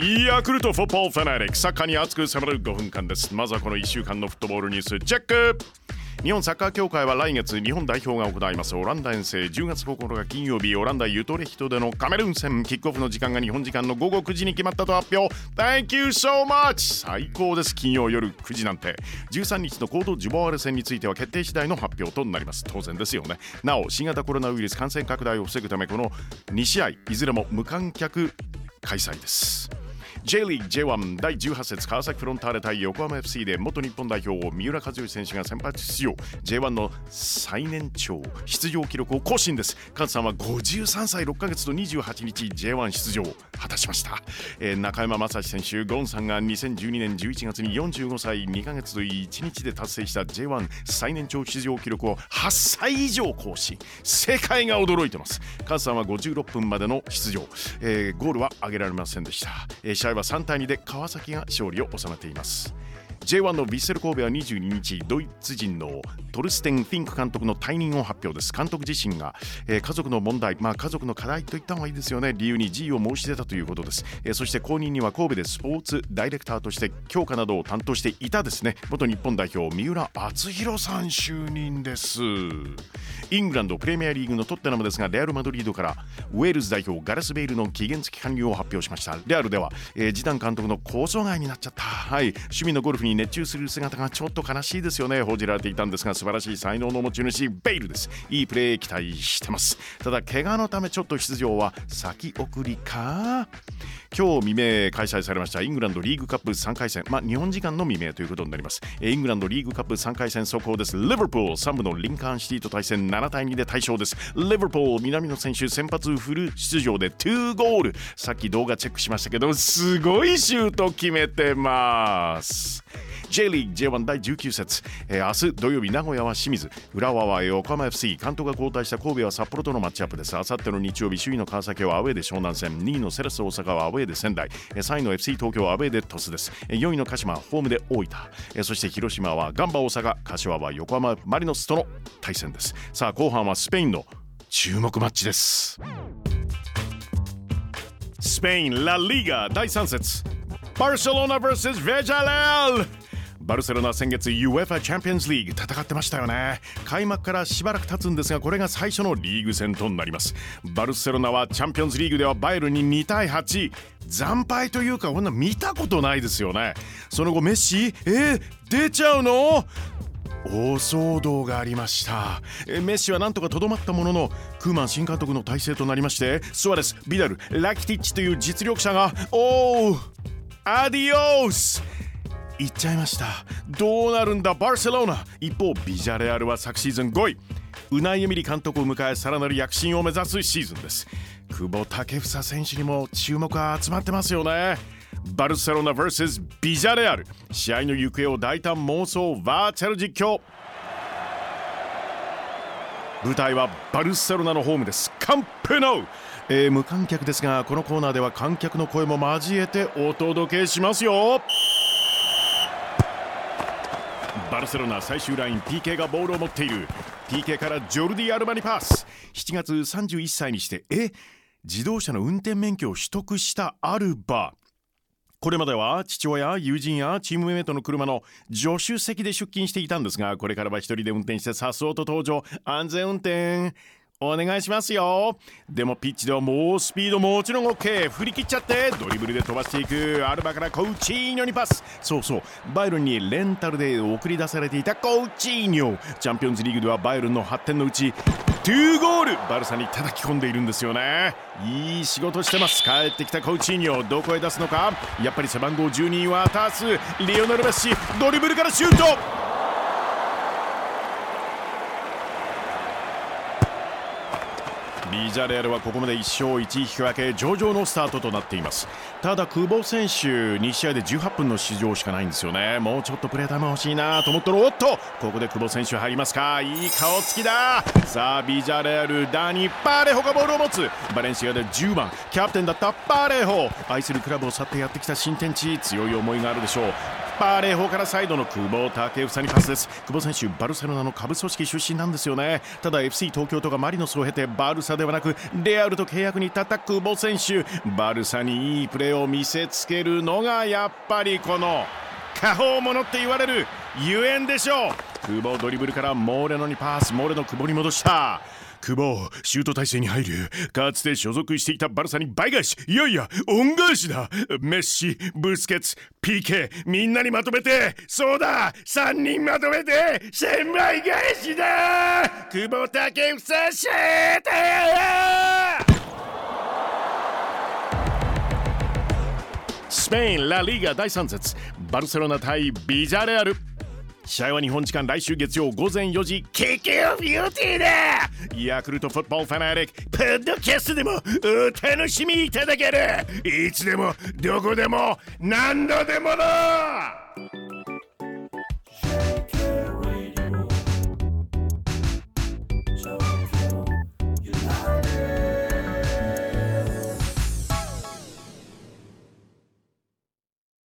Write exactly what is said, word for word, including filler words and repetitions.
ヤクルトフォットボールファナリック、サッカーに熱く迫るごふんかんです。まずはこのいっしゅうかんのフットボールニュースチェック。日本サッカー協会は来月日本代表が行いますオランダ遠征、じゅうがつここのか金曜日、オランダユトレヒトでのカメルーン戦、キックオフの時間が日本時間のごごくじに決まったと発表。 Thank you so much。 最高です。金曜夜くじなんて。じゅうさんにちのコートジボワール戦については決定次第の発表となります。当然ですよね。なお新型コロナウイルス感染拡大を防ぐため、このにしあいいずれも無観客開催です。J リーグ ジェイワン だいじゅうはち節川崎フロンターレ対横浜 エフシー で元日本代表三浦知良選手が先発出場。 ジェイワン の最年長出場記録を更新です。カズさんはごじゅうさんさいろっかげつとにじゅうはちにち ジェイワン 出場を果たしました。えー、中山雅史選手、ゴンさんがにせんじゅうにねんじゅういちがつによんじゅうごさいにかげつといちにちで達成した ジェイワン 最年長出場記録をはっさい以上更新。世界が驚いてます。カズさんはごじゅうろっぷんまでの出場、えー、ゴールは挙げられませんでした。えー、試合はさんたいにで川崎が勝利を収めています。 ジェイワン のヴィッセル神戸はにじゅうににち、ドイツ人のトルステン・フィンク監督の退任を発表です。監督自身が、えー、家族の問題、まあ家族の課題といった方がいいですよね、理由に辞意を申し出たということです。えー、そして後任には神戸でスポーツダイレクターとして強化などを担当していたですね、元日本代表三浦淳弘さん就任です。イングランドプレミアリーグのトッテナムですが、レアルマドリードからウェールズ代表ガレス・ベイルの期限付き加入を発表しました。レアルでは、えー、ジダン監督の構想外になっちゃった、はい、趣味のゴルフに熱中する姿がちょっと悲しいですよね。報じられていたんですが、素晴らしい才能の持ち主ベイルです。いいプレー期待してます。ただ怪我のためちょっと出場は先送りか。今日未明開催されましたイングランドリーグカップさんかい戦、まあ日本時間の未明ということになります。イングランドリーグカップさんかい戦速報です。リバプールさん部のリンカーンシティと対戦、ななたいにで大勝です。リバプール南野選手先発フル出場でにゴール。さっき動画チェックしましたけど、すごいシュート決めてます。J リーグ ジェイワン だいじゅうきゅう節、えー、明日土曜日名古屋は清水、浦和は横浜 エフシー、監督が交代した神戸は札幌とのマッチアップです。明後日の日曜日、首位の川崎はアウェーで湘南戦、にいのセレッソ大阪はアウェーで仙台、さんいの エフシー 東京はアウェーで鳥栖です。よんいの鹿島ホームで大分、そして広島はガンバ大阪、柏は横浜マリノスとの対戦です。さあ後半はスペインの注目マッチです。スペインラリーガだいさん節、バルセロナ ブイエス ヴェジャレール。バルセロナ先月 ユーエフエー チャンピオンズリーグ戦ってましたよね。開幕からしばらく経つんですが、これが最初のリーグ戦となります。バルセロナはチャンピオンズリーグではバイエルンににたいはち、惨敗というかこんな見たことないですよね。その後メッシえー、出ちゃうの？大騒動がありました。メッシはなんとかとどまったものの、クーマン新監督の体制となりまして、スアレス、ビダル、ラキティッチという実力者がおーアディオス言っちゃいました。どうなるんだバルセロナ。一方ビジャレアルは昨シーズンごい、ウナイエミリ監督を迎えさらなる躍進を目指すシーズンです。久保建英選手にも注目が集まってますよね。バルセロナ ブイエス ビジャレアル、試合の行方を大胆妄想バーチャル実況。舞台はバルセロナのホームです。カンペノウ、えー、無観客ですが、このコーナーでは観客の声も交えてお届けしますよ。バルセロナ最終ライン、 ピーケー がボールを持っている。 ピーケー からジョルディ・アルバにパス。しちがつさんじゅういっさいにしてえ自動車の運転免許を取得したアルバ。これまでは父親、友人やチームメイトの車の助手席で出勤していたんですが、これからは一人で運転してさっそうと登場。安全運転お願いしますよ。でもピッチではもうスピードもちろん OK。 振り切っちゃってドリブルで飛ばしていく。アルバからコウチーニョにパス。そうそう、バイエルンにレンタルで送り出されていたコウチーニョ。チャンピオンズリーグではバイエルンのはってんのうちにゴール、バルサに叩き込んでいるんですよね。いい仕事してます。帰ってきたコウチーニョ、どこへ出すのか。やっぱり背番号じゅうには渡す。リオネル・メッシ、ドリブルからシュート。ビジャレアルはここまでいっしょういち引き分け、上々のスタートとなっています。ただ久保選手に試合でじゅうはっぷんの出場しかないんですよね。もうちょっとプレータイム欲しいなと思ったら、おっとここで久保選手入りますか。いい顔つきだ。さあビジャレアル、ダニ・パレホがボールを持つ。バレンシアでじゅうばんキャプテンだったパレホ、愛するクラブを去ってやってきた新天地、強い思いがあるでしょう。 バーレー砲からサイドの久保建英にパスです。久保選手バルセロナの下部組織出身なんですよね。ただ エフシー 東京とかマリノスを経てバルサではなくレアルと契約に至った久保選手、バルサにいいプレーを見せつけるのがやっぱりこの下方者って言われるゆえんでしょう。久保ドリブルからモーレノにパス、モーレノ久保に戻した。久保シュート体勢に入る。かつて所属していたバルサに倍返し、いやいや恩返しだ。メッシ、ブスケツ、ピーケー、みんなにまとめて、そうださんにんまとめて千倍返しだ。久保建英シュート。スペインラリーガだいさん節、バルセロナ対ビジャレアル。試合は日本時間来週月曜ごぜんよじ、キックオフ予定だ。ヤクルトフットボールファナリックポッドキャストでもお楽しみいただける。いつでもどこでも何度でもだ。